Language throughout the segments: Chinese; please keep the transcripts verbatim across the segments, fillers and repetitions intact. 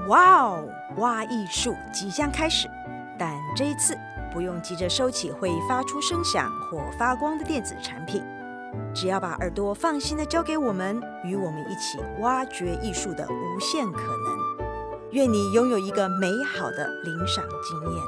哇哦，挖艺术即将开始，但这一次不用急着收起会发出声响或发光的电子产品，只要把耳朵放心的交给我们，与我们一起挖掘艺术的无限可能。愿你拥有一个美好的领赏经验。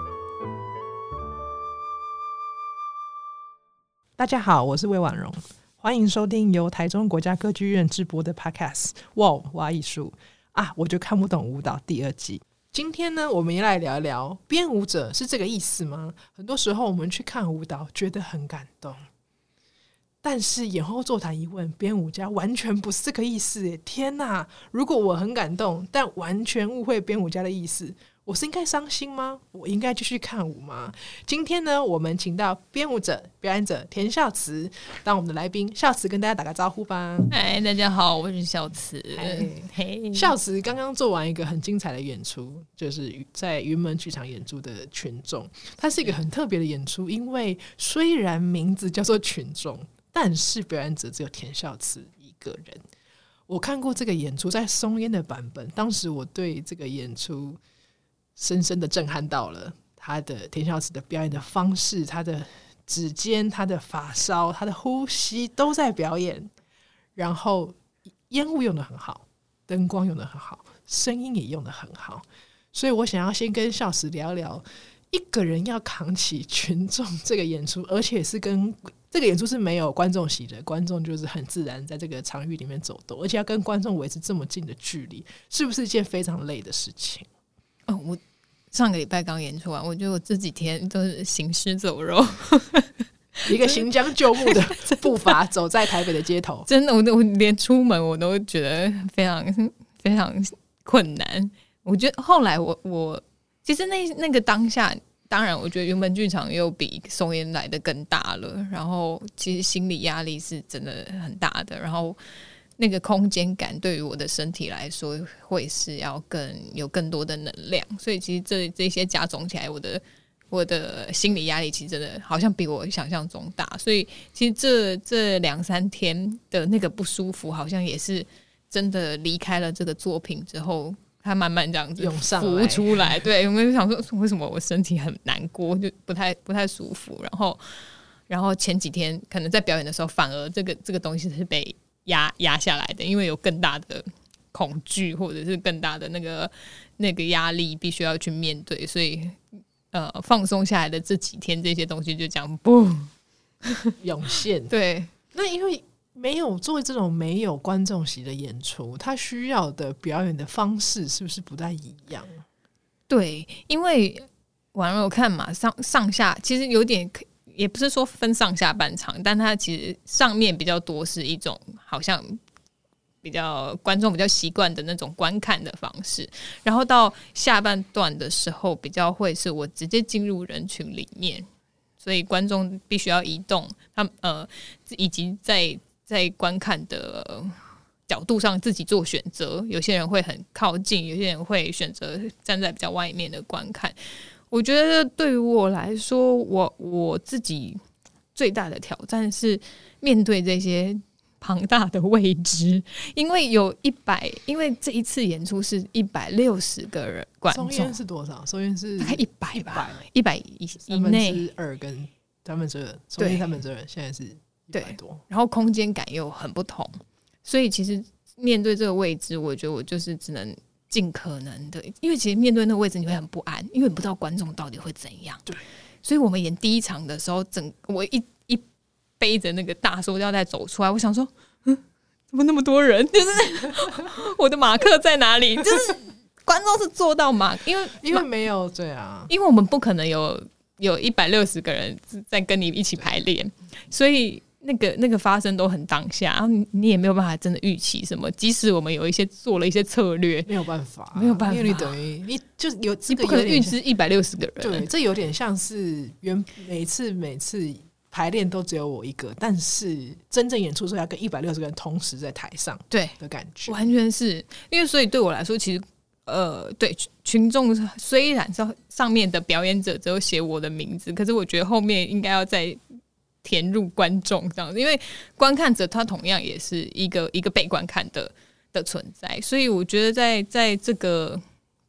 大家好，我是魏婉容，欢迎收听由台中国家歌剧院制播的 Podcast 哇挖艺术啊，我就看不懂舞蹈第二季。今天呢，我们也来聊一聊编舞者是这个意思吗？很多时候我们去看舞蹈觉得很感动，但是演后座谈一问，编舞家完全不是这个意思耶！天哪，如果我很感动但完全误会编舞家的意思，我是应该伤心吗？我应该继续看舞吗？今天呢，我们请到编舞者、表演者田孝慈当我们的来宾。孝慈跟大家打个招呼吧。 嗨，大家好，我是孝慈。 嘿，孝慈刚刚做完一个很精彩的演出，就是在云门剧场演出的群众。它是一个很特别的演出，因为虽然名字叫做群众，但是表演者只有田孝慈一个人。我看过这个演出在松烟的版本，当时我对这个演出深深的震撼到了。他的田孝慈的表演的方式，他的指尖，他的发梢，他的呼吸都在表演，然后烟雾用得很好，灯光用得很好，声音也用得很好。所以我想要先跟孝慈聊聊，一个人要扛起群众这个演出，而且是跟这个演出是没有观众席的，观众就是很自然在这个场域里面走动，而且要跟观众维持这么近的距离，是不是一件非常累的事情？ 哦，我上个礼拜刚演出完，我觉得我这几天都是行尸走肉， 一个行将就木的步伐走在台北的街头， 真的，我我连出门我都觉得非常非常困难。我觉得后来我我其实那那个当下，当然我觉得云门剧场又比松烟来的更大了，然后其实心理压力是真的很大的，然后那个空间感对于我的身体来说会是要更有更多的能量，所以其实这这些加总起来，我的我的心理压力其实真的好像比我想象中大，所以其实这这两三天的那个不舒服，好像也是真的离开了这个作品之后，它慢慢这样子浮出来。对，我们想说为什么我身体很难过，就不太不太舒服，然后然后前几天可能在表演的时候，反而这个这个东西是被压压下来的，因为有更大的恐惧或者是更大的那个那个压力必须要去面对，所以呃放松下来的这几天，这些东西就这样不涌现。 对， 那因为没有做这种没有观众席的演出，他需要的表演的方式是不是不太一样？ 对，因为完了我看嘛，上上下其实有点。也不是说分上下半场，但它其实上面比较多是一种好像比较观众比较习惯的那种观看的方式，然后到下半段的时候比较会是我直接进入人群里面，所以观众必须要移动，他们呃以及在在观看的角度上自己做选择，有些人会很靠近，有些人会选择站在比较外面的观看。我觉得对于我来说，我我自己最大的挑战是面对这些庞大的未知，因为有一百，因为这一次演出是一百六十个人观众， 松烟是多少？松烟是大概一百吧，一百以以内，三分之二跟三分之二，松烟三分之二，现在是一百多， 然后空间感又很不同，所以其实面对这个未知，我觉得我就是只能。尽可能的，因为其实面对那个位置你会很不安，因为你不知道观众到底会怎样。 对， 所以我们演第一场的时候，整我一一背着那个大塑料袋走出来，我想说，嗯，怎么那么多人？就是我的马克在哪里？就是观众是坐到马，因为因为没有对啊， 因为我们不可能有有一百六十个人在跟你一起排练，所以。那个那个发生都很当下，然后你也没有办法真的预期什么。即使我们有一些做了一些策略， 没有办法， 没有办法， 因为你等于你就有这个你不可能预知一百六十个人。 对，这有点像是原每次每次排练都只有我一个，但是真正演出的时候要跟一百六十个人同时在台上， 对的感觉， 完全是因为所以对我来说，其实呃，对群众虽然上上面的表演者只有写我的名字，可是我觉得后面应该要再。填入观众这样子，因为观看者他同样也是一个一个被观看的的存在，所以我觉得在在这个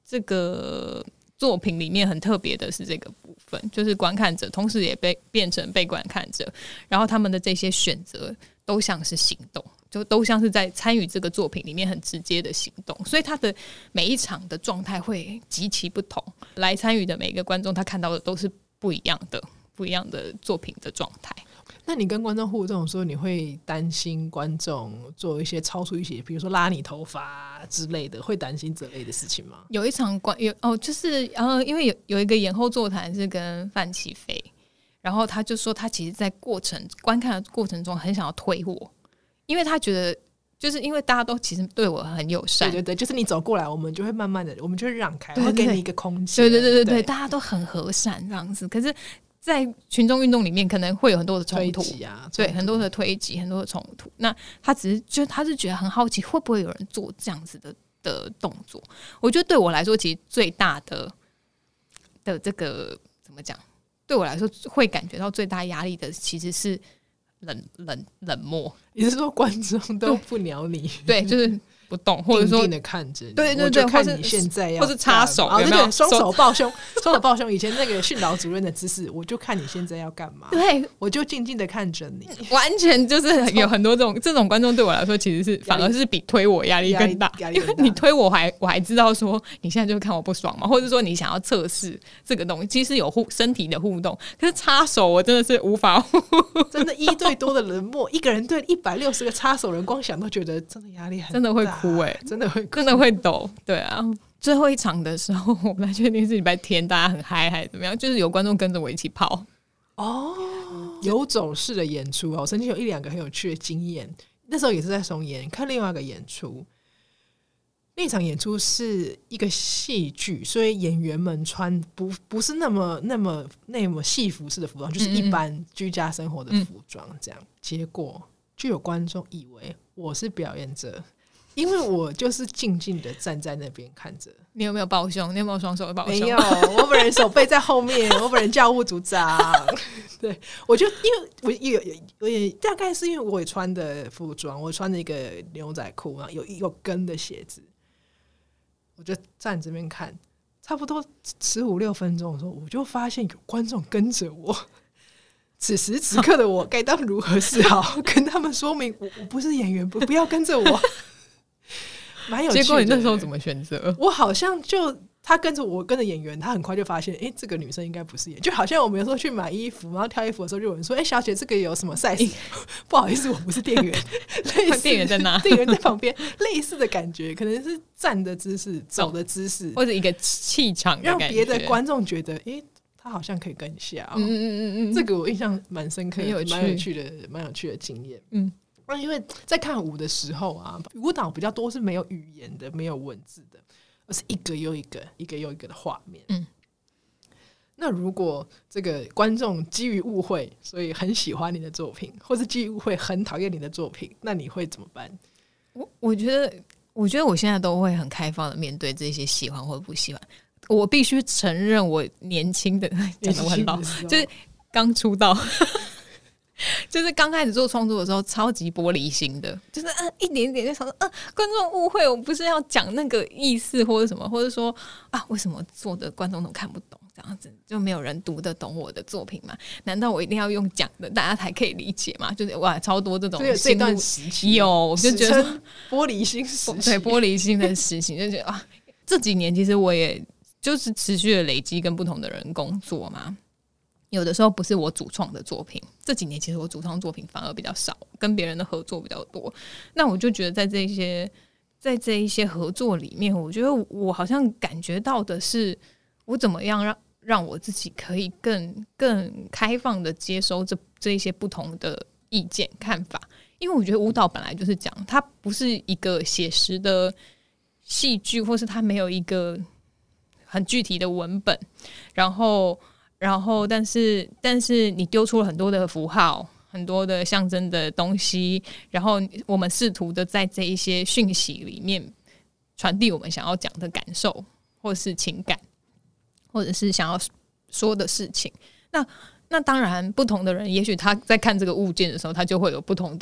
这个作品里面很特别的是这个部分，就是观看者同时也被变成被观看者，然后他们的这些选择都像是行动，就都像是在参与这个作品里面很直接的行动，所以他的每一场的状态会极其不同，来参与的每一个观众他看到的都是不一样的不一样的作品的状态。 那你跟观众互动的时候，你会担心观众做一些超出一些，比如说拉你头发之类的，会担心这类的事情吗？ 有一场观有哦，就是呃，因为有有一个演后座谈是跟范琪飞，然后他就说他其实在过程观看的过程中很想要推我，因为他觉得就是因为大家都其实对我很友善， 对对对，就是你走过来，我们就会慢慢的，我们就会让开， 对对对， 会给你一个空间。 对对对对对， 对，大家都很和善这样子。可是，在群众运动里面，可能会有很多的冲突推挤啊， 对，很多的推挤，很多的冲突。那他只是就他是觉得很好奇，会不会有人做这样子的的动作？我觉得对我来说，其实最大的的这个怎么讲？对我来说，会感觉到最大压力的其实是冷冷冷漠。 你是说观众都不鸟你？ 对，就是不动，或者说定定的看着你， 对对对， 我就看你现在要或是插手， 啊， 有没有对，双手抱胸，双手抱胸。以前那个训导主任的姿势，我就看你现在要干嘛， 对， 我就静静的看着你， 完全就是有很多这种这种观众对我来说，其实是反而是比推我压力更大，因为你推我我还我还知道说你现在就看我不爽嘛，或者说你想要测试这个东西，其实有互身体的互动，可是插手我真的是无法真的，一对多的冷漠，一个人对一百六十个插手人，光想都觉得真的压力很大， 真的会哭哎、欸， 真的会哭真的会抖，对啊。最后一场的时候，我不太确定是礼拜天大家很嗨还是怎么样，就是有观众跟着我一起跑哦，游走式的演出啊，我曾经有一两个很有趣的经验，那时候也是在松烟看另外一个演出。那场演出是一个戏剧，所以演员们穿不不是那么那么那么戏服式的服装，就是一般居家生活的服装这样。嗯嗯，结果就有观众以为我是表演者，因为我就是静静的站在那边看着。 你有没有抱胸？你有没有双手抱胸？ 没有，我本人手背在后面，我本人教务组长。对，我就因为我有我也大概是因为我也穿的服装，我穿着一个牛仔裤，然后有有跟的鞋子。我就站这边看，差不多十五六分钟的时候，我就发现有观众跟着我。此时此刻的我该当如何是好？跟他们说明我我不是演员，不不要跟着我。蛮有趣的。 结果你那时候怎么选择？ 我好像就他跟着我跟着演员，他很快就发现，哎、欸，这个女生应该不是演员，就好像我们有时候去买衣服，然后挑衣服的时候，就有人说，哎、欸，小姐，这个有什么 size？ 不好意思，我不是店员，类似店员在哪？ 店员在旁边，类似的感觉，可能是站的姿势、走的姿势， 或者一个气场的感觉， 让别的观众觉得，哎、欸，他好像可以跟一下、哦。嗯嗯嗯嗯，这个我印象蛮深刻，蛮有趣的，蛮有趣的经验。嗯。因为在看舞的时候啊，舞蹈比较多是没有语言的，没有文字的，而是一个又一个一个又一个的画面。嗯，那如果这个观众基于误会，所以很喜欢你的作品，或是基于误会很讨厌你的作品，那你会怎么办？ 我我觉得，我觉得我现在都会很开放的面对这些喜欢或者不喜欢。我必须承认，我年轻的讲得我很老，就是刚出道。就是刚开始做创作的时候超级玻璃心的，就是、呃、一点点就想说呃观众误会我不是要讲那个意思或者什么，或者说啊为什么做的观众都看不懂，这样子就没有人读得懂我的作品吗？难道我一定要用讲的大家才可以理解吗？就是哇超多这种这段时期有，我就觉得玻璃心时期， 对玻璃心的事情就觉得啊这几年其实我也就是持续的累积跟不同的人工作嘛。有的时候不是我主创的作品，这几年其实我主创作品反而比较少，跟别人的合作比较多。那我就觉得在这一些在这一些合作里面，我觉得我好像感觉到的是，我怎么样让让我自己可以更更开放的接收这这一些不同的意见看法。因为我觉得舞蹈本来就是讲，它不是一个写实的戏剧，或是它没有一个很具体的文本，然后。然后但是但是你丢出了很多的符号，很多的象征的东西，然后我们试图的在这一些讯息里面传递我们想要讲的感受或是情感，或者是想要说的事情。那那当然不同的人也许他在看这个物件的时候他就会有不同的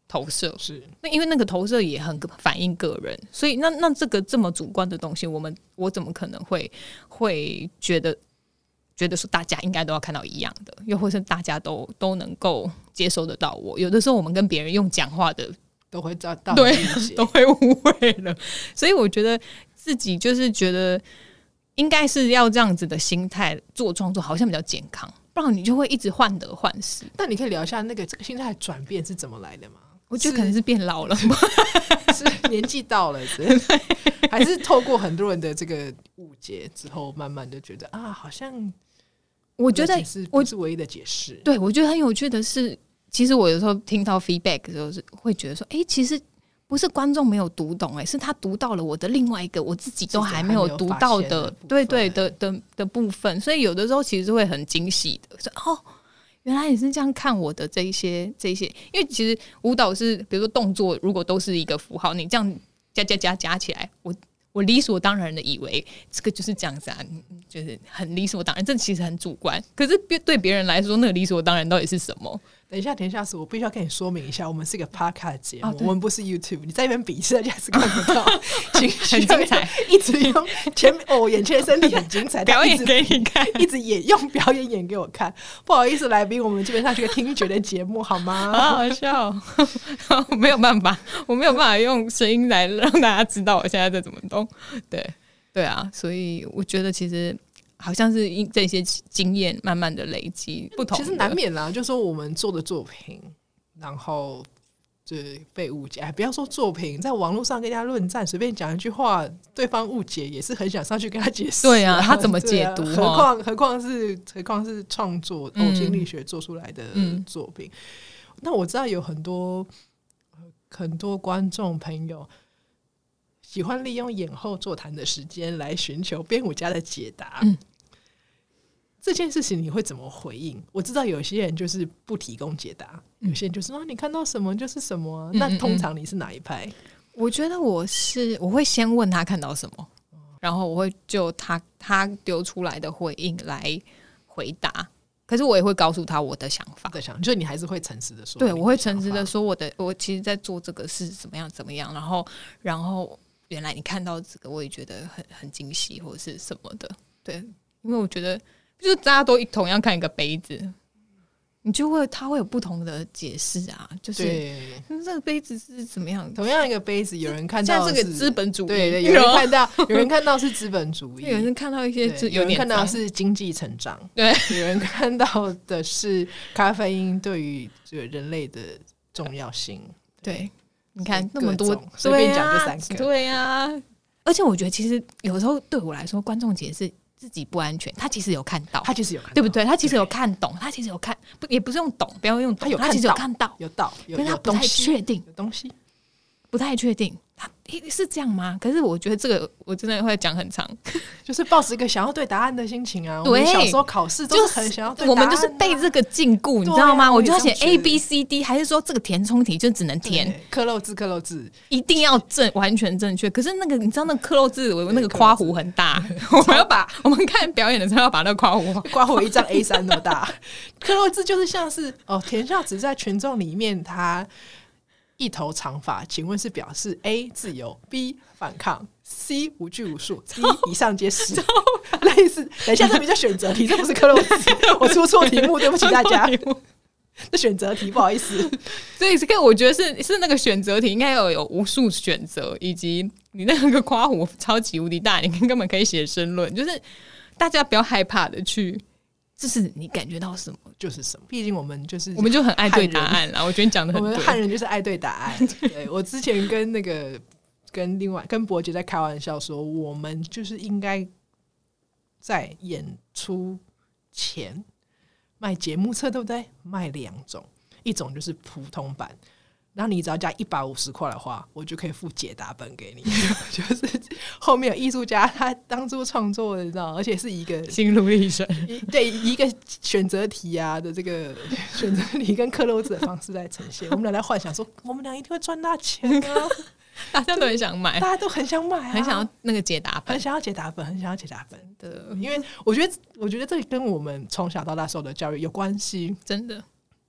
投射， 是那因为那个投射也很反映个人，所以那那这个这么主观的东西，我们我怎么可能会会觉得觉得说大家应该都要看到一样的，又或是大家都都能够接受得到我？有的时候我们跟别人用讲话的都会到到对都会误会了，所以我觉得自己就是觉得应该是要这样子的心态做创作，好像比较健康，不然你就会一直患得患失。 那你可以聊一下那个这个心态转变是怎么来的吗？ 我觉得可能是变老了， 是年纪到了，还是透过很多人的这个误解之后，慢慢的觉得啊，好像我觉得我是唯一的解释。 对，我觉得很有趣的是，其实我有时候听到 feedback 的时候，是会觉得说，哎、欸，其实不是观众没有读懂、欸，哎，是他读到了我的另外一个我自己都还没有读到的，对对的的的部分，所以有的时候其实会很惊喜的，说哦。原来你是这样看我的这一些这一些，因为其实舞蹈是，比如说动作，如果都是一个符号，你这样加加加加起来，我我理所当然的以为这个就是这样子啊，就是很理所当然，这其实很主观。可是对别人来说，那个理所当然到底是什么？ 等一下，等一下，是我必须要跟你说明一下，我们是一个 podcast 节目、哦，我们不是 YouTube。你在那边比试，大家是看不到，很精彩， 一直用前面哦，眼前的身体很精彩， 表演给你看， 一直演用表演演给我看。不好意思，来宾，我们基本上是个听觉的节目，好吗？ 好好笑，我没有办法，我没有办法用声音来让大家知道我现在在怎么动。对，对啊，所以我觉得其实。好像是这些经验慢慢的累积，不同的其实难免啦，就说我们做的作品，然后就被误解。哎，不要说作品，在网络上跟人家论战，随便讲一句话，对方误解也是很想上去跟他解释、啊。 对啊，他怎么解读？ 啊、何况何况是何况是创作偶经力学做出来的作品。嗯、那我知道有很多很多观众朋友。喜欢利用演后座谈的时间来寻求编舞家的解答、嗯、这件事情你会怎么回应？我知道有些人就是不提供解答、嗯、有些人就是说、啊、你看到什么就是什么、啊嗯嗯嗯，那通常你是哪一派？ 我觉得我是我会先问他看到什么、嗯、然后我会就他他丢出来的回应来回答，可是我也会告诉他我的想法的想，就是你还是会诚实的说， 对，我会诚实的说我的我其实在做这个是怎么样怎么样，然后然后原来你看到这个我也觉得很很惊喜或者是什么的，对，因为我觉得就是大家都同样看一个杯子，你就会他会有不同的解释啊，就是这个杯子是怎么样， 同样一个杯子有人看到是这个资本主义， 对对，有人看到有人看到是资本主义， 有人看到一些有人看到是经济成长， 对， 有人看到的是咖啡因对于这个人类的重要性， 对。对你看那么多， 随便讲这三个， 对啊。而且我觉得其实有时候对我来说，观众解释自己不安全，他其实有看到， 他其实有看到， 对不对？他其实有看懂，他其实有看，不也不是用懂，不要用懂， 他有看到， 他其实有看到， 有到，有， 可是他不太确定， 有东西， 不太确定。是这样吗？可是我觉得这个我真的会讲很长， 就是抱持一个想要对答案的心情啊。对，我们小时候考试都是很想要对答案、啊， 我们就是背这个禁锢，你知道吗？我就要写 A B C D， 还是说这个填充题就只能填克漏字，克漏字一定要正完全正确。可是那个你知道那个克漏字，我那个括弧很大，我们要把我们看表演的时候要把那个括弧括弧一张 A 三 那么大。克漏字就是像是哦，田孝子在群众里面他。一头长发，请问是表示 A 自由 B 反抗 C 无拘无束 D 以上皆是类似。等一下这比较选择题，这不是克漏字，我出错题目，对不起大家。这选择题不好意思。 所以这个我觉得是是那个选择题应该有有无数选择，以及你那个括弧超级无敌大，你根本可以写申论，就是大家不要害怕的去，就是你感觉到什么就是什么，毕竟我们就是我们就很爱对答案啦。我觉得你讲的很对， 我们汉人就是爱对答案。对，我之前跟那个跟另外跟伯杰在开玩笑说，我们就是应该在演出前卖节目册，对不对？卖两种，一种就是普通版。然后你只要加一百五十块的话，我就可以附解答本给你。就是后面有艺术家他当初创作的，你知道，而且是一个心路历程， 对一个选择题啊的这个选择题跟克漏字的方式来呈现。我们俩在幻想说，我们俩一定会赚大钱啊！ 大家都很想买， 大家都很想买、啊， 很想要那个解答本， 很想要解答本，很想要解答本的。因为我觉得，我觉得这跟我们从小到大受的教育有关系， 真的。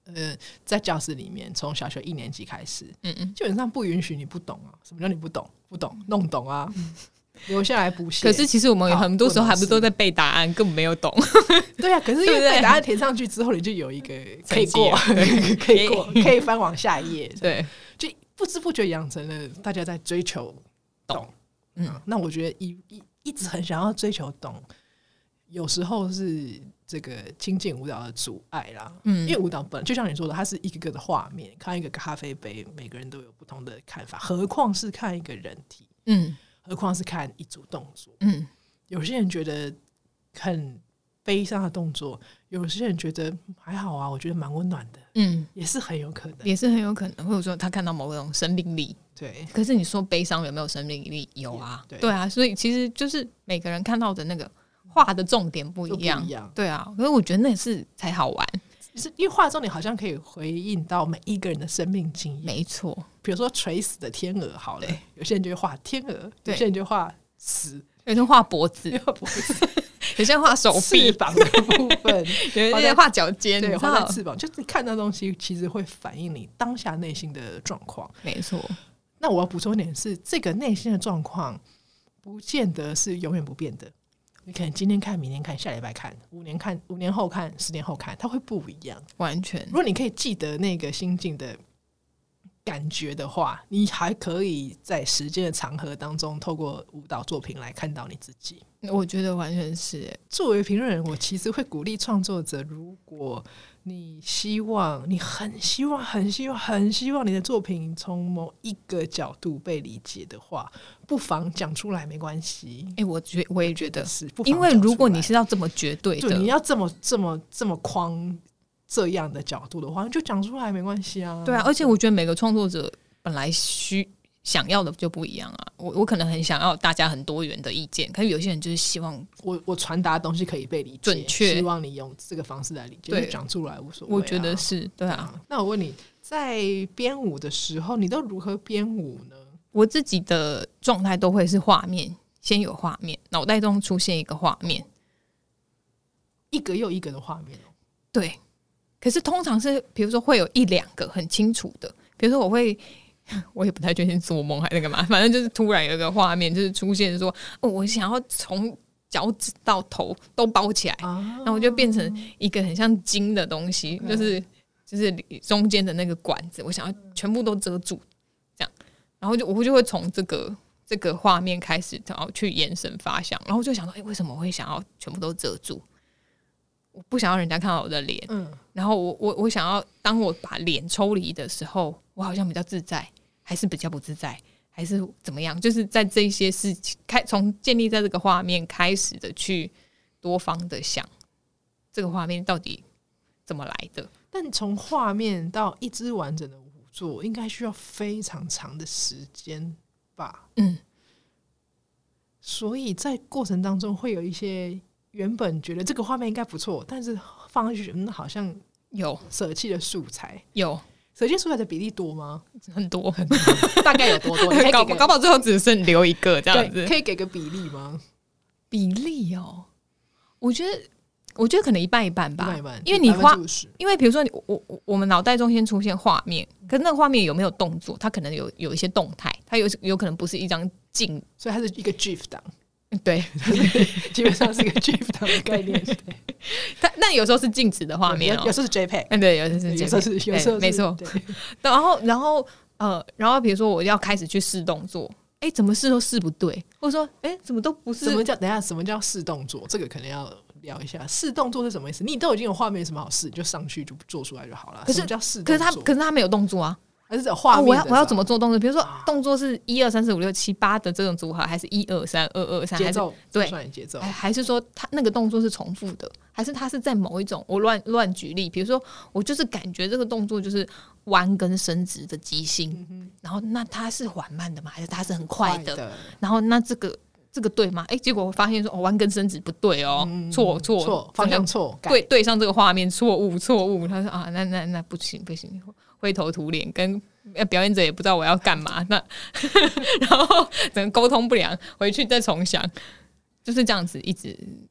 呃，在教室里面，从小学一年级开始， 嗯嗯， 基本上不允许你不懂啊。什么叫你不懂？不懂，弄懂啊，留下来补写。 可是其实我们很多时候还不是都在背答案，根本没有懂。 对啊，可是因为背答案填上去之后，你就有一个可以过，可以过，可以翻往下一页。 对， 就不知不觉养成了大家在追求懂。嗯，那我觉得一一一直很想要追求懂，有时候是这个亲近舞蹈的阻碍啦。嗯，因为舞蹈本就像你说的，它是一个个的画面，看一个咖啡杯，每个人都有不同的看法，何况是看一个人体。嗯，何况是看一组动作。嗯，有些人觉得很悲伤的动作，有些人觉得还好啊，我觉得蛮温暖的。嗯，也是很有可能， 也是很有可能，或者说他看到某种生命力。 对， 可是你说悲伤有没有生命力？有啊， 对, 对啊，所以其实就是每个人看到的那个画的重点不一样，不一样对啊。可是我觉得那是才好玩， 是因为画的重点好像可以回应到每一个人的生命经验。 没错， 比如说垂死的天鹅好了，有些人就会画天鹅，有些人就画死， 有些人画脖子， 画脖子。 有些人画手臂、 翅膀的部分， 有些画脚尖， 对，画在翅膀，就是你看到东西，其实会反映你当下内心的状况。 没错。 那我要补充一点是，这个内心的状况不见得是永远不变的。你可能今天看，明天看，下礼拜看，五年看，五年后看，十年后看，它会不一样。 完全。 如果你可以记得那个心境的感觉的话，你还可以在时间的长河当中，透过舞蹈作品来看到你自己。 我觉得完全是。 作为评论人，我其实会鼓励创作者，如果你希望，你很希望很希望很希望你的作品从某一个角度被理解的话，不妨讲出来，没关系。 哎、欸，我觉我也觉得是， 因为如果你是要这么绝对的， 你要这么这么这么框这样的角度的话，就讲出来没关系啊。 对啊，而且我觉得每个创作者本来需想要的就不一样啊。我我可能很想要大家很多元的意见，可是有些人就是希望我我传达的东西可以被理解， 准确， 希望你用这个方式来理解，就讲出来无所谓、啊。 我觉得是对啊。 那我问你，在编舞的时候，你都如何编舞呢？ 我自己的状态都会是画面，先有画面，脑袋中出现一个画面， 一个又一个的画面、哦、 对。可是通常是比如说会有一两个很清楚的，比如说我会我也不太确定做梦还是干嘛，反正就是突然有一个画面就是出现说、哦、我想要从脚趾到头都包起来、啊、然后我就变成一个很像筋的东西、嗯、就是就是中间的那个管子我想要全部都遮住这样，然后就我就会从这个这个画面开始然后去延伸发想，然后就想说、欸、为什么我会想要全部都遮住，我不想要人家看到我的脸、嗯、然后我我我想要当我把脸抽离的时候，我好像比较自在，还是比较不自在，还是怎么样？就是在这些事情开从建立在这个画面开始的去多方的想这个画面到底怎么来的。 但从画面到一支完整的舞作，应该需要非常长的时间吧？嗯，所以在过程当中会有一些。原本觉得这个画面应该不错，但是放上去嗯好像有舍弃了素材， 有舍弃素材的比例多吗？ 很多很多， 大概有多多？ 搞搞不好最后只剩留一个这样子， 可以给个比例吗？ 比例哦，我觉得我觉得可能一半一半吧， 一半一半， 因为你画，因为比如说我我我们脑袋中先出现画面，可是那个画面有没有动作？它可能有有一些动态，它有有可能不是一张镜， 所以它是一个 GIF 档。 对， 基本上是一个 GIF 档的概念。 它那有时候是静止的画面、喔， 有时候是 JPEG， 嗯，对，有时候是 JPEG， 有时候是，有时候是没错。然后，然后，呃，然后比如说我要开始去试动作，哎、欸，怎么试都试不对，或者说，哎、欸，怎么都不是？ 什么叫等一下？什么叫试动作？这个可能要聊一下。试动作是什么意思？你都已经有画面，有什么好试？你就上去就做出来就好了。可是什么叫试动作？ 可是他，可是他没有动作啊。 还是画面、哦、 我要我要怎么做动作？比如说动作是一二三四五六七八的这种组合，还是一二三二二三？ 节奏对节奏， 还是说他那个动作是重复的？还是他是在某一种？我乱乱举例，比如说我就是感觉这个动作就是弯跟伸直的即兴、嗯，然后那它是缓慢的吗？还是它是很快的？快的然后那这个这个对吗？哎、欸，结果我发现说哦，弯跟伸直不对哦，错错错，方向错， 对对上这个画面错误错误。他说啊，那那那不行不行。灰头土脸，跟表演者也不知道我要干嘛，那然后整个沟通不良，回去再重想，就是这样子一直。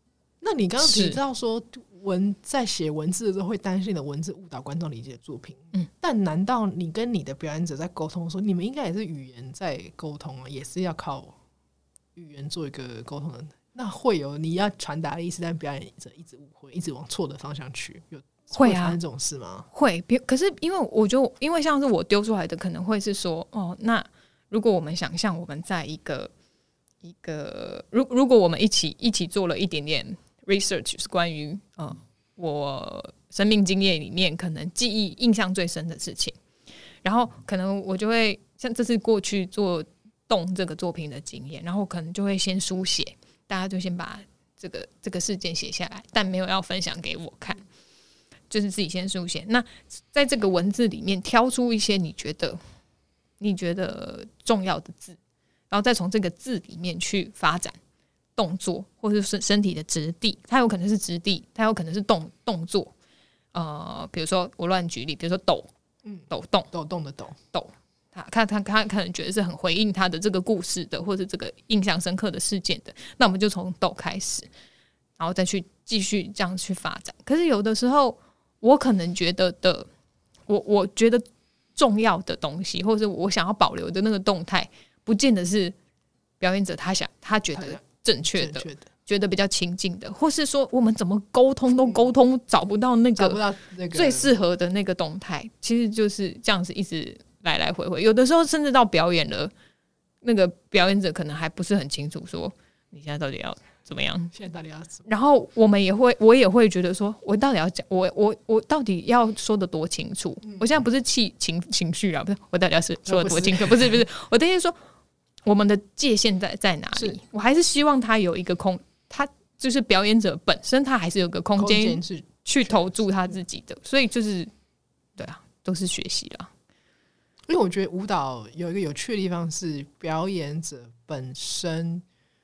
那你刚刚提到说文在写文字的时候会担心你的文字误导观众理解的作品，嗯，但难道你跟你的表演者在沟通的时候，你们应该也是语言在沟通啊，也是要靠语言做一个沟通的，那会有你要传达的意思，但表演者一直误会，一直往错的方向去，有会发生这种事吗？ 会，可是因为我觉得，因为像是我丢出来的，可能会是说，哦，那如果我们想象我们在一个一个，如如果我们一起一起做了一点点 research 是关于呃我生命经验里面可能记忆印象最深的事情，然后可能我就会像这次过去做动这个作品的经验，然后可能就会先书写，大家就先把这个这个事件写下来，但没有要分享给我看，就是自己先书写。那在这个文字里面挑出一些你觉得你觉得重要的字，然后再从这个字里面去发展动作，或者是身体的质地，它有可能是质地，它有可能是动动作。呃，比如说我乱举例，比如说抖，嗯，抖动， 抖动的抖抖，他他他他可能觉得是很回应他的这个故事的，或者这个印象深刻的事件的，那我们就从抖开始，然后再去继续这样去发展。可是有的时候，我可能觉得的，我我觉得重要的东西，或者是我想要保留的那个动态，不见得是表演者他想他觉得正确的。觉得比较亲近的，或是说我们怎么沟通都沟通找不到那个最适合的那个动态，其实就是这样子一直来来回回，有的时候甚至到表演了，那个表演者可能还不是很清楚说你现在到底要怎么样， 现在到底要怎么样， 然后我们也会我也会觉得说我到底要讲我我我到底要说的多清楚、嗯、我现在不是气情情绪啊，不是我到底要是说的多清楚，不是不是我的意思说我们的界限在在哪里，我还是希望他有一个空，他就是表演者本身他还是有个空间去投注他自己的，所以就是对啊，都是学习啦。 因为我觉得舞蹈有一个有趣的地方是表演者本身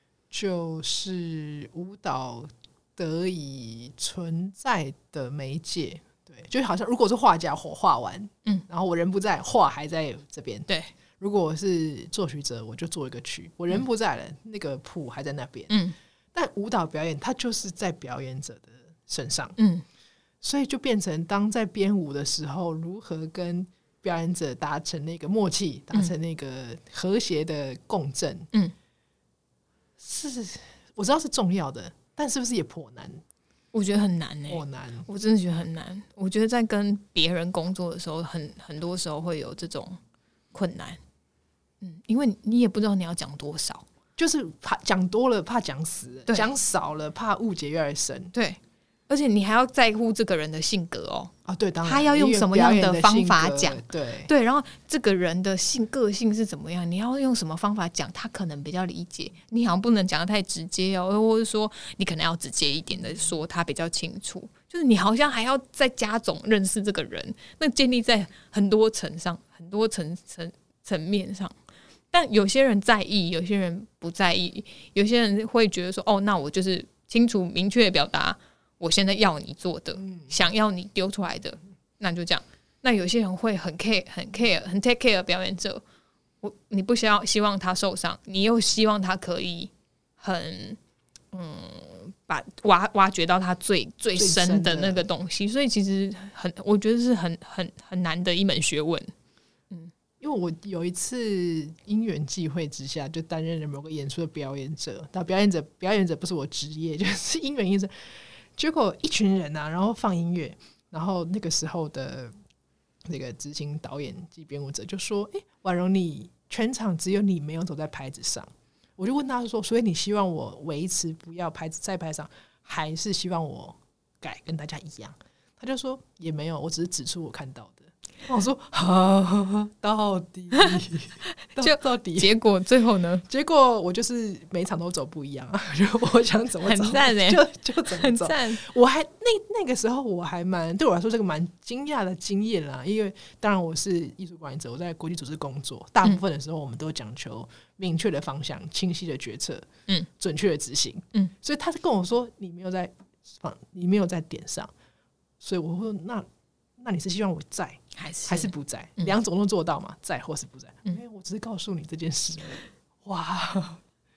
就是舞蹈得以存在的媒介，对，就好像如果是画家，我画完，嗯，然后我人不在，画还在这边， 对。 如果我是作曲者，我就做一个曲，我人不在了，嗯、那个谱还在那边，嗯。但舞蹈表演，它就是在表演者的身上，嗯，所以就变成当在编舞的时候，如何跟表演者达成那个默契，达成那个和谐的共振，嗯，是我知道是重要的，但是不是也颇难？ 我觉得很难欸， 颇难， 我真的觉得很难。我觉得在跟别人工作的时候，很很多时候会有这种困难，嗯，因为你也不知道你要讲多少。 就是怕讲多了怕讲死，讲少了怕误解越来越深。 对，而且你还要在乎这个人的性格哦。 啊，对，当然他要用什么样的方法讲， 对对，然后这个人的性个性是怎么样，你要用什么方法讲，他可能比较理解。你好像不能讲得太直接哦，或者说你可能要直接一点的说，他比较清楚。就是你好像还要再加总认识这个人，那建立在很多层上，很多层层层面上。但有些人在意，有些人不在意，有些人会觉得说，哦，那我就是清楚明确表达我现在要你做的、嗯、想要你丢出来的，那就这样。那有些人会很 care 很 care 很 take care 表演者，我你不希望希望他受伤，你又希望他可以很嗯把挖挖掘到他最最深的那个东西，所以其实很我觉得是很很很难的一门学问。 因为我有一次因缘际会之下就担任了某个演出的表演者，但表演者表演者不是我职业，就是因缘因缘，结果一群人啊，然后放音乐，然后那个时候的那个执行导演及编舞者就说：“哎、欸，婉容，你全场只有你没有走在拍子上。”我就问他说：“所以你希望我维持不要拍子在拍上，还是希望我改跟大家一样？”他就说：“也没有，我只是指出我看到的。”我说啊，到底就到底结果最后呢？ 结果我就是每场都走不一样啊，就我想怎么走很赞、欸、 就就怎么走。 很赞。 我还那那个时候我还蛮对我来说这个蛮惊讶的经验啦，因为当然我是艺术管理者，我在国际组织工作，大部分的时候我们都讲求明确的方向、清晰的决策、嗯，准确的执行，嗯，所以他跟我说你没有在你没有在点上，所以我说那那你是希望我在？还是还是不在，两、嗯、种都做到嘛，在或是不在。因为、嗯、我只是告诉你这件事，哇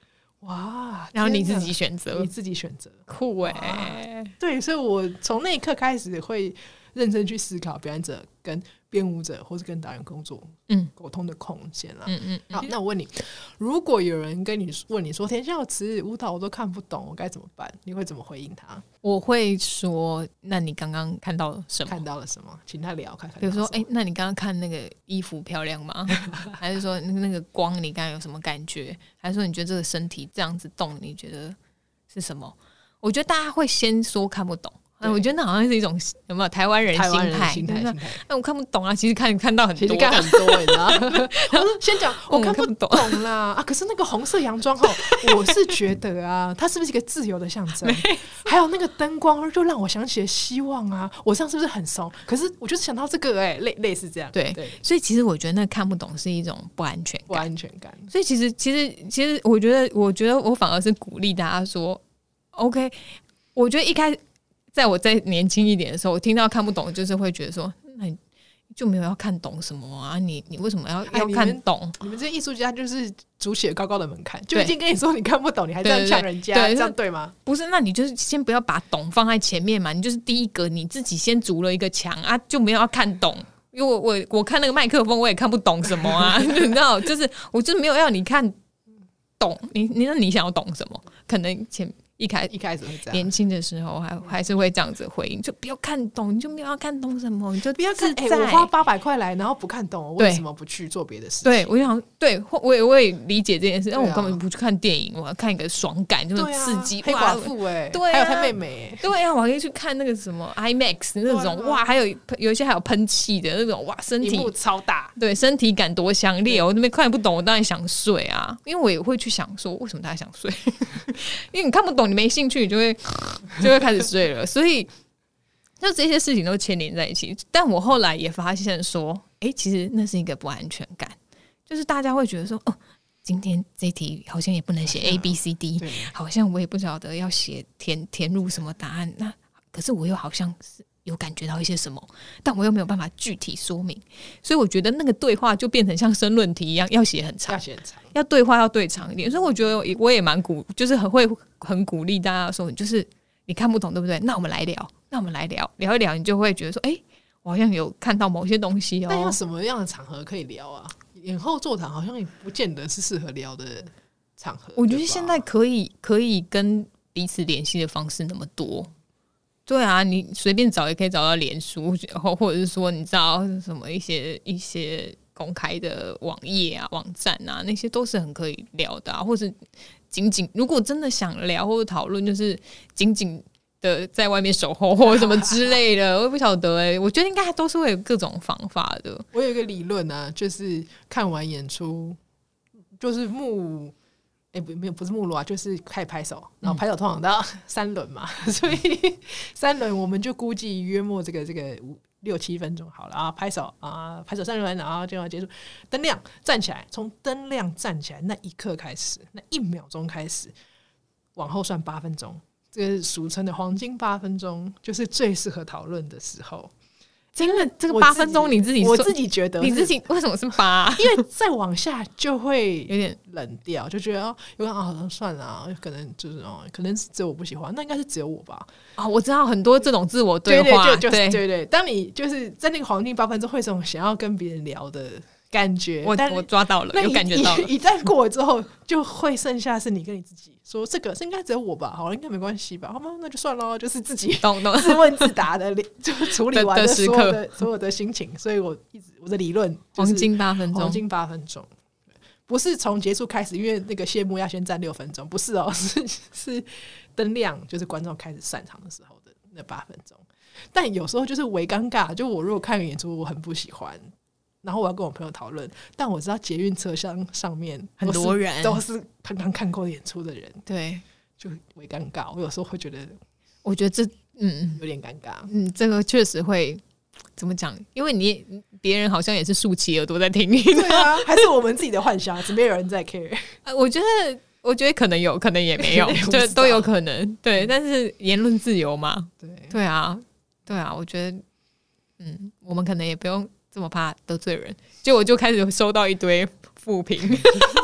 哇， 然后你自己选择， 你自己选择， 酷哎、欸！ 对，所以我从那一刻开始会认真去思考表演者跟编舞者或是跟导演工作嗯沟通的空间啦。嗯嗯。好，那我问你，如果有人跟你问你说田孝慈舞蹈我都看不懂，我该怎么办？你会怎么回应他？ 我会说，那你刚刚看到了什么？ 看到了什么？请他聊看看。 比如说，哎、欸，那你刚刚看那个衣服漂亮吗？还是说那个光你刚刚有什么感觉？还是说你觉得这个身体这样子动，你觉得是什么？我觉得大家会先说看不懂。我觉得那好像是一种有没有台湾人心态？心态，哎，我看不懂啊！其实看看到很多， 其实看很多，你知道？我说先讲，我看不懂啦啊！可是那个红色洋装哈，我是觉得啊，它是不是一个自由的象征？还有那个灯光，就让我想起了希望啊！我这样是不是很怂？可是我就是想到这个、欸，哎，类类似这样。对对， 所以其实我觉得那看不懂是一种不安全感， 不安全感。 所以其实其实其实，我觉得我觉得我反而是鼓励大家说 ，OK， 我觉得一开始。在我再年轻一点的时候，我听到看不懂，就是会觉得说，那你就没有要看懂什么啊？你你为什么要、哎、要看懂？ 你们这些艺术家就是筑起了高高的门槛，就已经跟你说你看不懂，你还这样呛人家，这样对吗？ 不是，那你就是先不要把懂放在前面嘛，你就是第一个你自己先筑了一个墙啊，就没有要看懂。因为我我我看那个麦克风，我也看不懂什么啊，你知道？就是我就是没有要你看懂，你你那你想要懂什么？可能前。一开一开始会这样， 年轻的时候还还是会这样子回应，就不要看懂，你就没有要看懂什么，你就不要看。哎、欸，我花八百块来，然后不看懂，我为什么不去做别的事情？ 对，我就想，对，我也我也理解这件事，但、啊、我根本不去看电影，我要看一个爽感，就是刺激。 啊、黑寡妇哎， 对、啊， 还有他妹妹、欸， 对啊，我还可以去看那个什么 IMAX 那种、啊、哇，还有有一些还有喷气的那种哇，身体超大， 对，身体感多强烈，我那边看不懂，我当然想睡啊，因为我也会去想说，为什么大家想睡？因为你看不懂，你没兴趣，你就会。就会开始睡了，所以就这些事情都牵连在一起。但我后来也发现说，哎、欸，其实那是一个不安全感，就是大家会觉得说，哦，今天这题好像也不能写 A B C D， 好像我也不晓得要写填填入什么答案。那可是我又好像是有感觉到一些什么，但我又没有办法具体说明，所以我觉得那个对话就变成像申论题一样，要写很长， 要写很长， 要对话要对长一点。所以我觉得我也蛮鼓，就是很会很鼓励大家说，就是你看不懂对不对？那我们来聊，那我们来聊聊一聊，你就会觉得说，哎、欸，我好像有看到某些东西哦。 但要什么样的场合可以聊啊？演后座谈好像也不见得是适合聊的场合。 我觉得现在可以可以跟彼此联系的方式那么多。对啊，你随便找也可以找到脸书，或或者是说你知道什么一些一些公开的网页啊、网站啊，那些都是很可以聊的啊。或者仅仅如果真的想聊或者讨论，就是仅仅的在外面守候或者什么之类的，我也不晓得哎、欸。我觉得应该都是会有各种方法的。 我有一个理论啊，就是看完演出，就是幕。哎、欸，不，没有，不是目录啊，就是开始拍手，然后拍手通常到三轮嘛，嗯、所以三轮我们就估计约莫这个这个五六七分钟好了啊，拍手啊，拍手三轮，然后就要结束，灯亮站起来，从灯亮站起来那一刻开始，那一秒钟开始，往后算八分钟，这个俗称的黄金八分钟，就是最适合讨论的时候。 真的，这个八分钟你自己我自己觉得你自己为什么是八、啊？ 因为再往下就会有点冷掉，就觉得哦，有点啊，算了、啊，可能就是哦，可能只有我不喜欢，那应该是只有我吧？ 啊、哦，我知道很多这种自我对话， 对对，就是对对。当你就是在那个黄金八分钟，会有种想要跟别人聊的感觉， 我我抓到了，有感觉到了。 一旦过了之后，就会剩下是你跟你自己说，这个是应该只有我吧？好，应该没关系吧？好吗？那就算了，就是自己自问自答的，就处理完了所有的所有的心情。所以我一直我的理论、就是、 黄金八分钟， 黄金八分钟，不是从结束开始，因为那个谢幕要先站六分钟，不是哦，是是灯亮，就是观众开始散场的时候的那八分钟。但有时候就是微尴尬，就我如果看演出，我很不喜欢。然后我要跟我朋友讨论，但我知道捷运车厢上面很多人都是刚刚看过演出的人， 对， 就微尴尬。我有时候会觉得， 我觉得这嗯有点尴尬， 嗯，这个确实会怎么讲？因为你别人好像也是竖起耳朵在听你， 对啊，还是我们自己的幻想，怎么有人在 care？ 呃，我觉得，我觉得可能有可能也没有，就都有可能，对。但是言论自由嘛， 对， 对啊，对啊，我觉得，嗯，我们可能也不用这么怕得罪人，结果就开始收到一堆负评。 这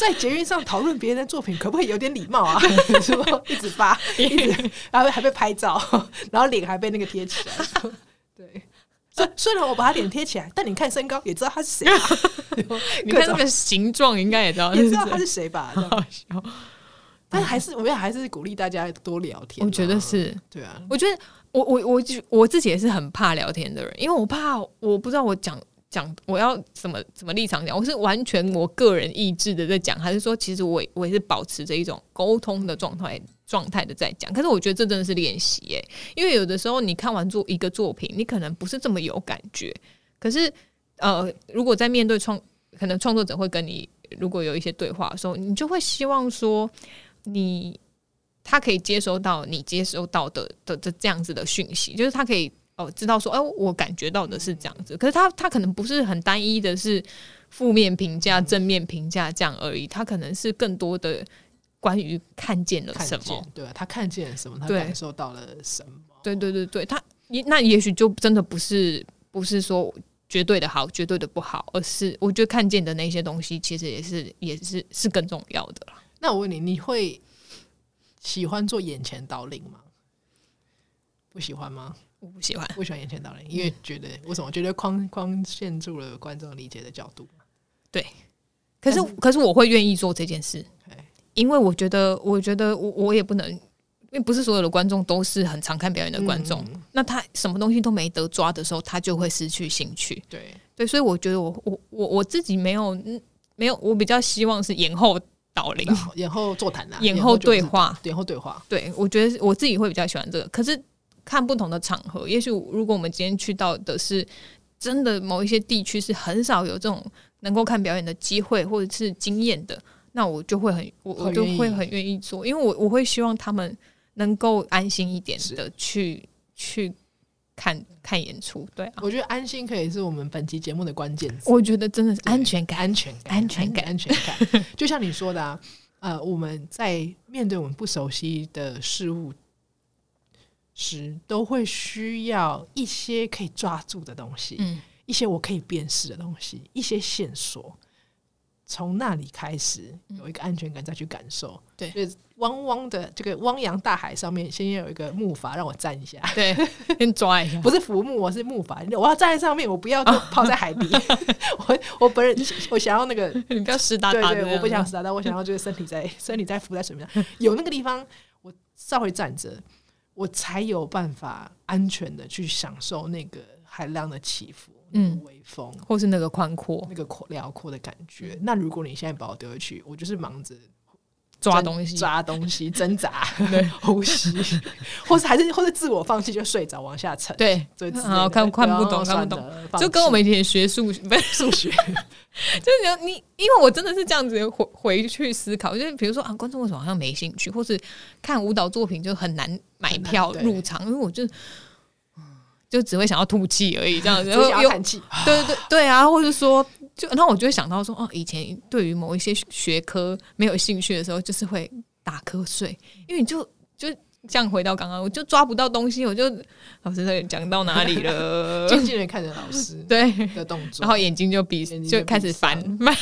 在捷运上讨论别人的作品，可不可以有点礼貌啊？是不一直发，一直，然后还被拍照，然后脸还被那个贴起来。对，虽虽然我把他脸贴起来，但你看身高也知道他是谁吧？ 你看那个形状，应该也知道， 也知道他是谁吧？ 好笑。 但还是，我觉得还是鼓励大家多聊天。 我觉得是， 对啊。 我觉得我我我我自己也是很怕聊天的人，因为我怕我不知道我讲讲我要怎么怎么立场讲，我是完全我个人意志的在讲，还是说其实我我也是保持着一种沟通的状态状态的在讲。可是我觉得这真的是练习耶，因为有的时候你看完做一个作品，你可能不是这么有感觉，可是呃，如果在面对创，可能创作者会跟你如果有一些对话的时候，你就会希望说。你他可以接收到你接收到的的的这样子的讯息，就是他可以哦知道说，哎、哦，我感觉到的是这样子。可是他他可能不是很单一的是负面评价、正面评价这样而已，他可能是更多的关于看见了什么， 对、啊，他看见了什么，他感受到了什么， 对对对对，他那也许就真的不是不是说绝对的好、绝对的不好，而是我觉得看见的那些东西，其实也是也是是更重要的啦。 那我问你，你会喜欢做眼前导领吗？不喜欢吗？ 我不喜欢， 不喜欢眼前导领，因为觉得、嗯、为什么？觉得框框限住了观众理解的角度。 对，可是可是我会愿意做这件事，因为我觉得，我觉得我我也不能，因为不是所有的观众都是很常看表演的观众，嗯、那他什么东西都没得抓的时候，他就会失去兴趣。 对对，所以我觉得我我我我自己没有没有，我比较希望是延后。导领延后座谈啦， 延后对话， 延后对话。 对，我觉得我自己会比较喜欢这个。可是看不同的场合，也许如果我们今天去到的是真的某一些地区是很少有这种能够看表演的机会或者是经验的，那我就会很我我就会很愿意做，因为我我会希望他们能够安心一点的去去。看看演出，对、啊， 我觉得安心可以是我们本期节目的关键词。 我觉得真的是安全感， 安全感， 安全感， 安全感。就像你说的啊，呃，我们在面对我们不熟悉的事物时，都会需要一些可以抓住的东西，嗯，一些我可以辨识的东西，一些线索。从那里开始有一个安全感，再去感受。 对， 就是汪汪的这个汪洋大海上面，先有一个木筏让我站一下。 对，先抓一下。 不是浮木，我是木筏，我要站在上面，我不要就泡在海底。我我本人我想要那个， 你不要湿哒哒的。 对对，我不想湿哒哒，我想要就是身体在身体在浮在水面上，有那个地方我稍微站着，我才有办法安全的去享受那个海浪的起伏。嗯，微风， 或是那个宽阔、 那个辽阔的感觉。那如果你现在把我丢回去，我就是忙着抓东西、 抓东西、挣扎、呼吸，或是还是或是自我放弃，就睡着往下沉。 对， 对， 好看看不懂，看不懂，就跟我们以前学数不是数学，就是你，因为我真的是这样子回回去思考，就是比如说啊，观众为什么好像没兴趣，或是看舞蹈作品就很难买票入场，因为我就。就只会想要吐气而已，这样子， 只想要叹气。 对对对啊，或者说，就然后我就会想到说，哦，以前对于某一些学科没有兴趣的时候，就是会打瞌睡，因为你就就这样回到刚刚，我就抓不到东西，我就老师在讲到哪里了， 静静的看着老师对的动作， 然后眼睛就闭，就开始翻。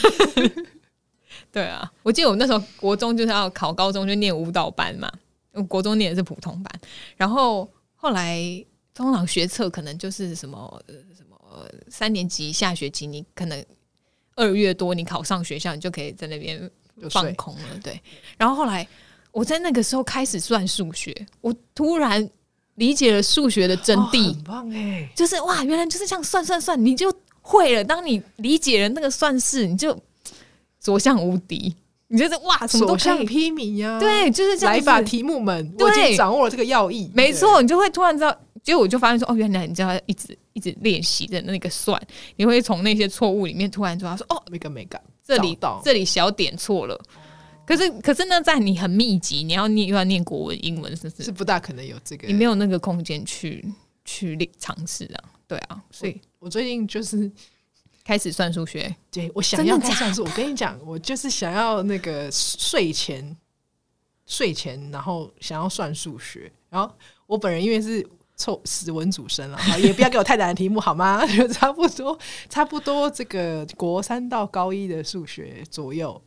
对啊，我记得我那时候国中就是要考高中，就念舞蹈班嘛，国中念的是普通班，然后后来。通常学测可能就是什么什么三年级下学期，你可能二月多你考上学校，你就可以在那边放空了。对，然后后来我在那个时候开始算数学，我突然理解了数学的真谛， 哦、很棒哎！ 就是哇，原来就是这样算算算，你就会了。当你理解了那个算式，你就所向无敌。你觉得哇，什么都可以所向披靡呀！ 对，就是这样子。 来吧，题目们，我已经掌握了这个要义。 没错，你就会突然知道。结果我就发现说，哦，原来你就要一直一直练习的那个算，你会从那些错误里面突然知道说，哦， 那个美感， 这里这里小点错了。可是可是呢，在你很密集，你要念又要念国文、英文，是不是？ 是不大可能有这个， 你没有那个空间去去尝试啊。对啊，所以我, 我最近就是开始算数学。 对，我想要看算数。我跟你讲，我就是想要那个睡前睡前，然后想要算数学。然后我本人因为是。臭死文主生了，也不要给我太难的题目好吗？就差不多，差不多这个国三到高一的数学左右，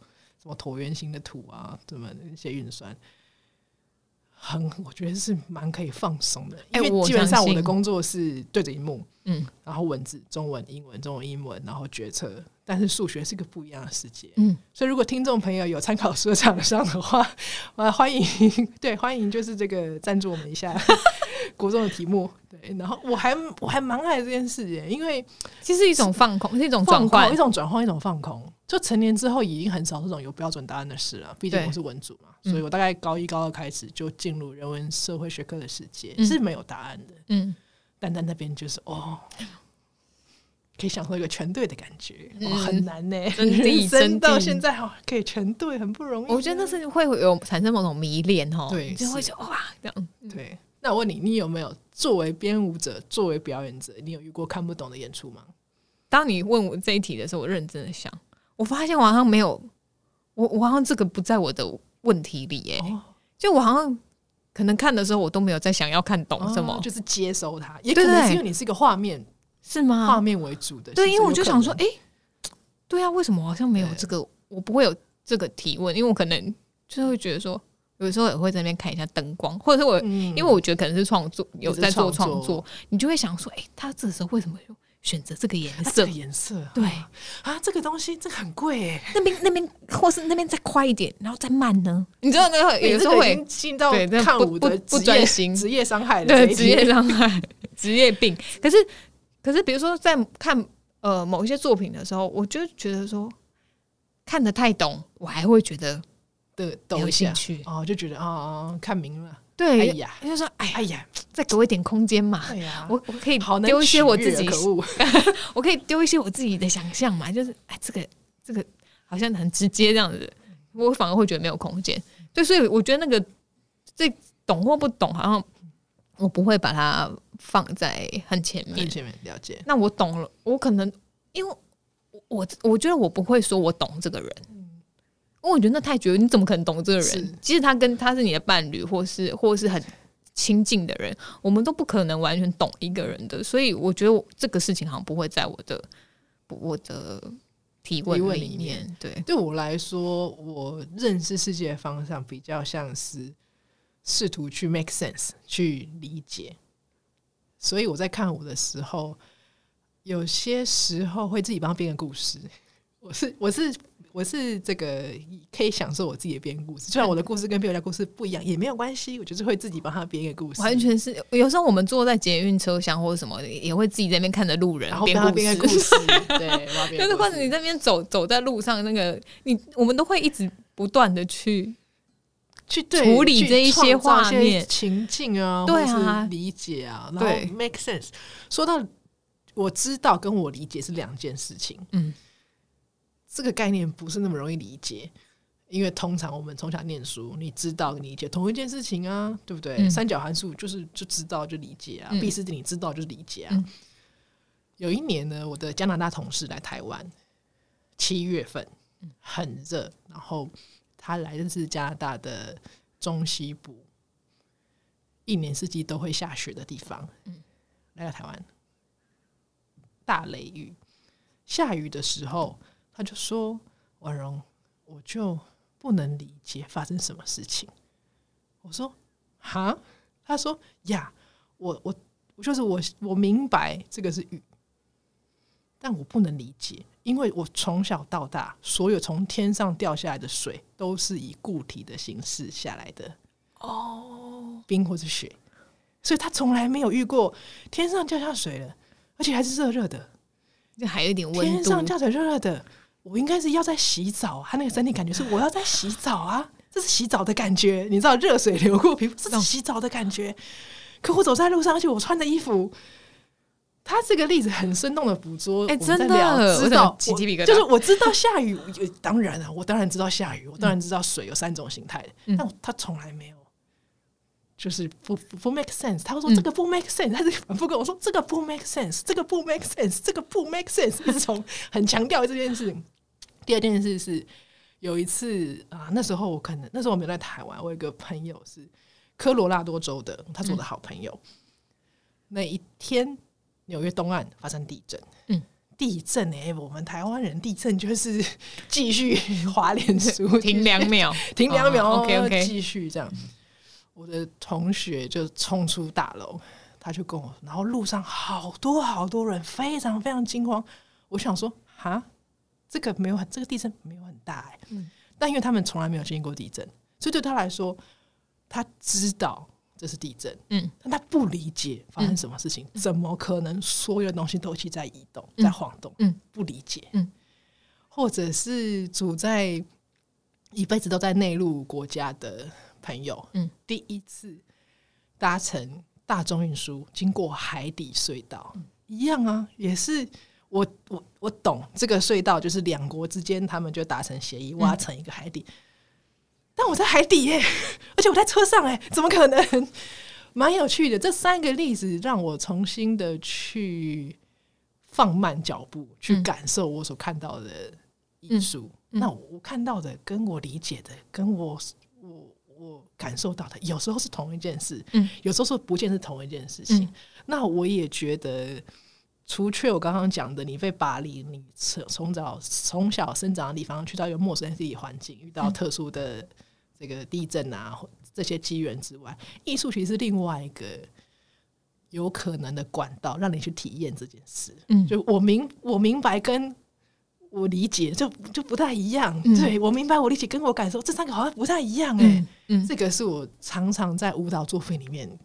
什么椭圆形的图啊，什么那些运算，很我觉得是蛮可以放松的。因为基本上我的工作是对着荧幕，嗯，然后文字中文英文中文英文，然后决策，但是数学是个不一样的世界，嗯，所以如果听众朋友有参考书的厂商的话，呃，欢迎对欢迎就是这个赞助我们一下国中的题目，对，然后我还我还蛮爱这件事耶，因为其实一种放空，是一种转换， 一种转换，一种放空。就成年之后已经很少这种有标准答案的事了，毕竟我是文组嘛，所以我大概高一高二开始就进入人文社会学科的世界，嗯，是没有答案的，嗯，但在那边就是哦，可以享受一个全对的感觉，嗯哦，很难呢，欸，人生到现在可以全对很不容易， 我觉得那是会有产生某种迷恋哦， 对， 就会觉得哇这样， 对。那我问你，你有没有作为编舞者，作为表演者，你有遇过看不懂的演出吗？ 当你问我这一题的时候，我认真的想，我发现我好像没有，我我好像这个不在我的问题里耶，哦，就我好像可能看的时候，我都没有在想要看懂什么，哦， 就是接收它，也可能是因为你是一个画面， 是吗？ 画面为主的， 对，因为我就想说，哎，欸，对啊，为什么我好像没有这个，我不会有这个提问，因为我可能就会觉得说。有时候也会在那边看一下灯光，或者是我，嗯，因为我觉得可能是创作，有在做创作，你就会想说，哎，欸，他这时候为什么选择这个颜色？ 这个颜色， 对啊，这个东西这个很贵哎， 那边那边或是那边再快一点，然后再慢呢？你知道那个有时候会进到看舞的不专心， 职业伤害的， 对，职业伤害，职业病。可是可是，比如说在看呃某一些作品的时候，我就觉得说看得太懂，我还会觉得。 的有兴趣哦，就觉得啊、哦，看明了， 对， 哎呀， 就说哎呀，再给我一点空间嘛， 对呀， 我我可以丢一些我自己， 可恶， 我可以丢一些我自己的想象嘛，就是哎，这个这个好像很直接这样子，我反而会觉得没有空间，对，所以我觉得那个这懂或不懂，好像我不会把它放在很前面， 很前面了解。 那我懂了，我可能因为我我觉得我不会说我懂这个人。因为我觉得那太绝对，你怎么可能懂这个人？即使他跟他是你的伴侣，或是或是很亲近的人，我们都不可能完全懂一个人的。所以我觉得我这个事情好像不会在我的我的提问里面。里面对， 对我来说，我认识世界的方向比较像是试图去 make sense， 去理解。所以我在看舞的时候，有些时候会自己帮他编个故事。我是我是。我是这个可以享受我自己的编故事，就算我的故事跟别人家故事不一样也没有关系，我就是会自己帮他编一个故事。 完全是，有时候我们坐在捷运车厢或者什么，也会自己在那边看着路人， 然后编他编个故事。对， 就是或者你在那边走走在路上，那个你我们都会一直不断的去去处理这一些画面、 情境啊， 对啊， 或是理解啊，然后 make sense。说到我知道跟我理解是两件事情，嗯。这个概念不是那么容易理解，因为通常我们从小念书，你知道理解同一件事情啊，对不对？嗯，三角函数就是就知道就理解啊，毕氏定理知道就是理解啊。嗯，有一年呢，我的加拿大同事来台湾，七月份很热，然后他来的是加拿大的中西部，一年四季都会下雪的地方，嗯，来到台湾，大雷雨，下雨的时候。他就说：“婉容，我就不能理解发生什么事情。”我说：“哈？”他说：“呀，我我我就是我我明白这个是雨，但我不能理解，因为我从小到大，所有从天上掉下来的水都是以固体的形式下来的，哦，冰或是雪，所以他从来没有遇过天上掉下水了，而且还是热热的， 就还有一点温度， 天上掉水热热的。”我应该是要在洗澡，他那个身体感觉是我要在洗澡啊，这是洗澡的感觉，你知道热水流过皮肤，这是洗澡的感觉。可我走在路上，而且我穿的衣服，他这个例子很生动的捕捉， 哎、欸，真的， 知道起鸡皮疙瘩， 就是我知道下雨，当然啊，我当然知道下雨，我当然知道水有三种形态的，嗯、但他从来没有。就是不不 make sense， 他会说这个不 make sense，、嗯、他是反复跟我说这个不 make sense， 这个不 make sense， 这个不 make sense， 一直从很强调这件事情。第二件事是有一次啊，那时候我可能那时候我没有在台湾，我有一个朋友是科罗拉多州的，他是我的好朋友。嗯、那一天纽约东岸发生地震，嗯， 地震哎、欸，我们台湾人地震就是继续滑脸书， 停两秒， 停两秒、 哦、，OK OK， 继续这样。我的同学就冲出大楼，他就跟我，然后路上好多好多人，非常非常惊慌。我想说，哈，这个没有很，这个地震没有很大哎、欸嗯，但因为他们从来没有经历过地震，所以对他来说，他知道这是地震，嗯，但他不理解发生什么事情，嗯、怎么可能所有的东西都一起在移动、嗯、在晃动，嗯，不理解，嗯，或者是处在一辈子都在内陆国家的朋友，嗯，第一次搭乘大众运输经过海底隧道、嗯、一样啊，也是我我我懂这个隧道就是两国之间他们就达成协议挖成一个海底、嗯，但我在海底耶、欸，而且我在车上哎、欸，怎么可能？蛮有趣的，这三个例子让我重新的去放慢脚步，去感受我所看到的艺术、嗯嗯。那我看到的跟我理解的，跟我我我感受到的，有时候是同一件事，嗯，有时候是不见是同一件事情。嗯、那我也觉得。除却我刚刚讲的，你被拔离你从早从小生长的地方，去到一个陌生的地理环境，遇到特殊的这个地震啊这些机缘之外，艺术其实是另外一个有可能的管道，让你去体验这件事。嗯，就我明我明白跟我理解就就不太一样。嗯、对，我明白我理解跟我感受这三个好像不太一样哎、欸嗯嗯。这个是我常常在舞蹈作品里面。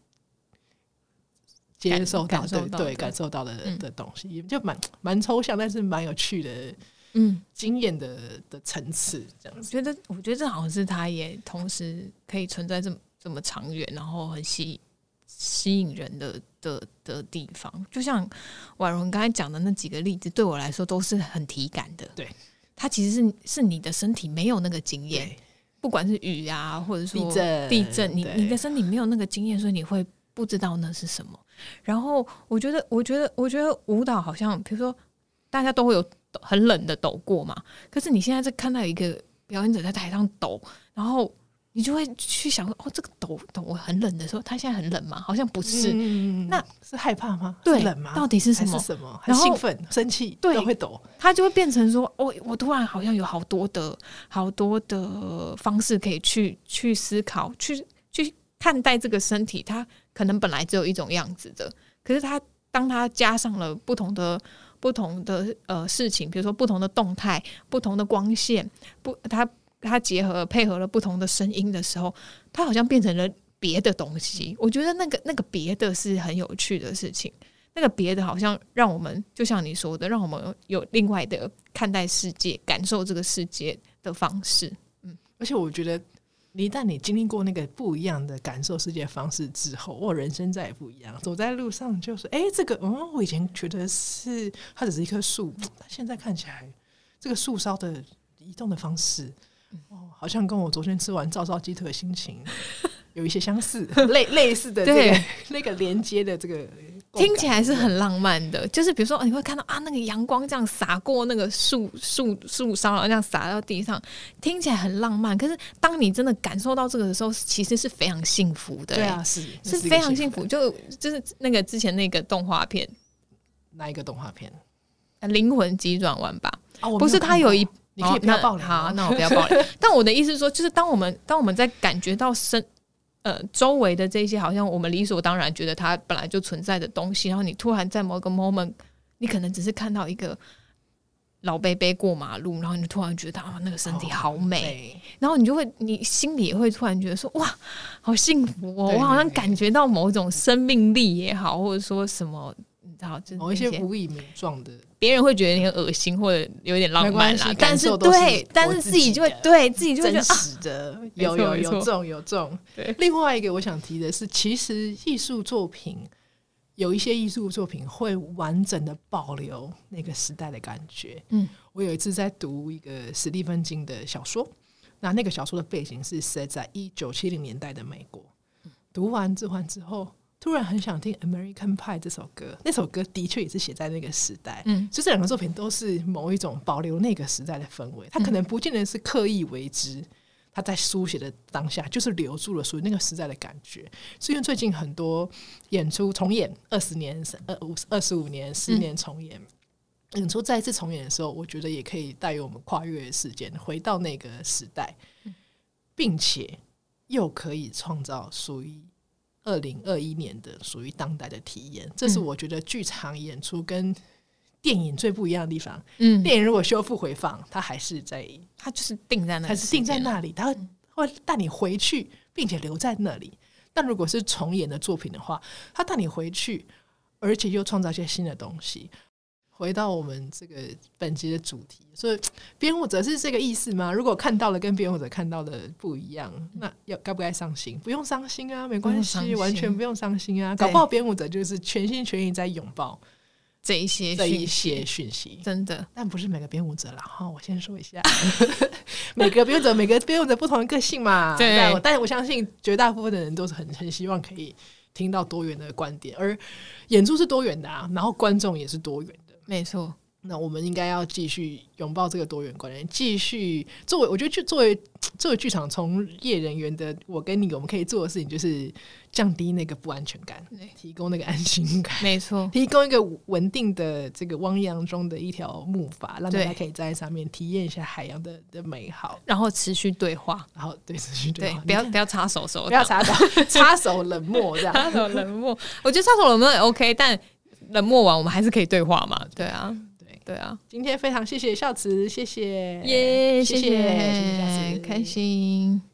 接受到的，对，感受到的、嗯、的东西，就蛮蛮抽象，但是蛮有趣的，嗯，经验的的层次，这样子。 我觉得，我觉得这好像是它也同时可以存在这么这么长远，然后很吸吸引人的的的地方。就像婉蓉刚才讲的那几个例子，对我来说都是很体感的。 对， 它其实是是你的身体没有那个经验，不管是雨啊，或者说地震， 地震，你你的身体没有那个经验，所以你会不知道那是什么。然后我觉得，我觉得，我觉得舞蹈好像，比如说大家都会有很冷的抖过嘛。可是你现在在看到一个表演者在台上抖，然后你就会去想说，哦，这个抖抖我很冷的时候，他现在很冷吗？好像不是。嗯、那是害怕吗？ 对， 是冷吗？ 到底是什么？ 还是什么？很兴奋、生气， 对， 都会抖。 他就会变成说，哦，我突然好像有好多的好多的方式可以去去思考，去去看待这个身体，它可能本来只有一种样子的，可是它当它加上了不同的不同的呃事情，比如说不同的动态、不同的光线，不，它它结合配合了不同的声音的时候，它好像变成了别的东西。我觉得那个那个别的是很有趣的事情，那个别的好像让我们就像你说的，让我们有另外的看待世界、感受这个世界的方式。嗯， 而且我觉得。一旦你经历过那个不一样的感受世界方式之后，我人生再也不一样。走在路上就是哎、欸，这个嗯，我以前觉得是它只是一棵树，它现在看起来这个树梢的移动的方式，哦，好像跟我昨天吃完照烧鸡腿的心情有一些相似，类类似的这个那个连接的这个。 听起来是很浪漫的，就是比如说你会看到啊，那个阳光这样洒过那个树树树梢，然后这样洒到地上，听起来很浪漫。可是当你真的感受到这个的时候，其实是非常幸福的、欸。 对啊，是是非常幸福。就就是那个之前那个动画片， 哪一个动画片？ 灵魂急转弯吧？ 哦， 不是，它有一， 你可以不要爆雷、哦。 好，那我不要爆雷。但我的意思是说，就是当我们当我们在感觉到生。呃，周围的这些好像我们理所当然觉得它本来就存在的东西，然后你突然在某个 moment， 你可能只是看到一个老伯伯过马路，然后你突然觉得啊，那个身体好美，哦、然后你就会，你心里也会突然觉得说，哇，好幸福哦！我好像感觉到某种生命力也好，或者说什么，你知道，就是某一些无以名状的。 别人会觉得你很恶心或者有点浪漫啦，但是对，但是自己就会对自己就会觉得真实的，啊、有有有中有中。对，另外一个我想提的是，其实艺术作品有一些艺术作品会完整的保留那个时代的感觉。嗯，我有一次在读一个史蒂芬金的小说，那那个小说的背景是设在一九七零年代的美国。读完这完之后。突然很想听 American Pie 这首歌，那首歌的确也是写在那个时代，嗯，所以这两个作品都是某一种保留那个时代的氛围，它可能不见得是刻意为之，它在书写的当下就是留住了属于那个时代的感觉。所以因为最近很多演出重演二十年、二二十五年、十年重演， 演出再一次重演的时候，我觉得也可以带有我们跨越的时间，回到那个时代，并且又可以创造属于二零二一年的属于当代的体验。这是我觉得剧场演出跟电影最不一样的地方。嗯，电影如果修复回放，它还是在， 它就是定在那里， 它是定在那里，它会带你回去，并且留在那里。但如果是重演的作品的话，它带你回去，而且又创造一些新的东西。回到我们这个本集的主题，所以编舞者是这个意思吗？如果看到了跟编舞者看到的不一样，那要该不该伤心？不用伤心啊，没关系，完全不用伤心啊。搞不好编舞者就是全心全意在拥抱这一些这一些讯息， 真的。 但不是每个编舞者啦，哈，我先说一下，每个编舞者每个编舞者不同的个性嘛。对，但我但是我相信绝大部分的人都是很很希望可以听到多元的观点，而演出是多元的啊，然后观众也是多元的。 没错， 那我们应该要继续拥抱这个多元观念，继续作为我觉得作为作为剧场从业人员的我跟你，我们可以做的事情就是降低那个不安全感，提供那个安心感。 没错， 提供一个稳定的这个汪洋中的一条木筏，让大家可以站在上面体验一下海洋 的, 的美好， 然后持续对话， 然后对持续对话， 对，不要不要插手手， 不要插手插手冷漠这样， 插手冷漠。我觉得插手冷漠也 OK， 但冷漠完我们还是可以对话嘛。对啊，对对啊。 今天非常谢谢孝慈，谢谢耶， yeah, 谢谢谢谢孝慈， 开心。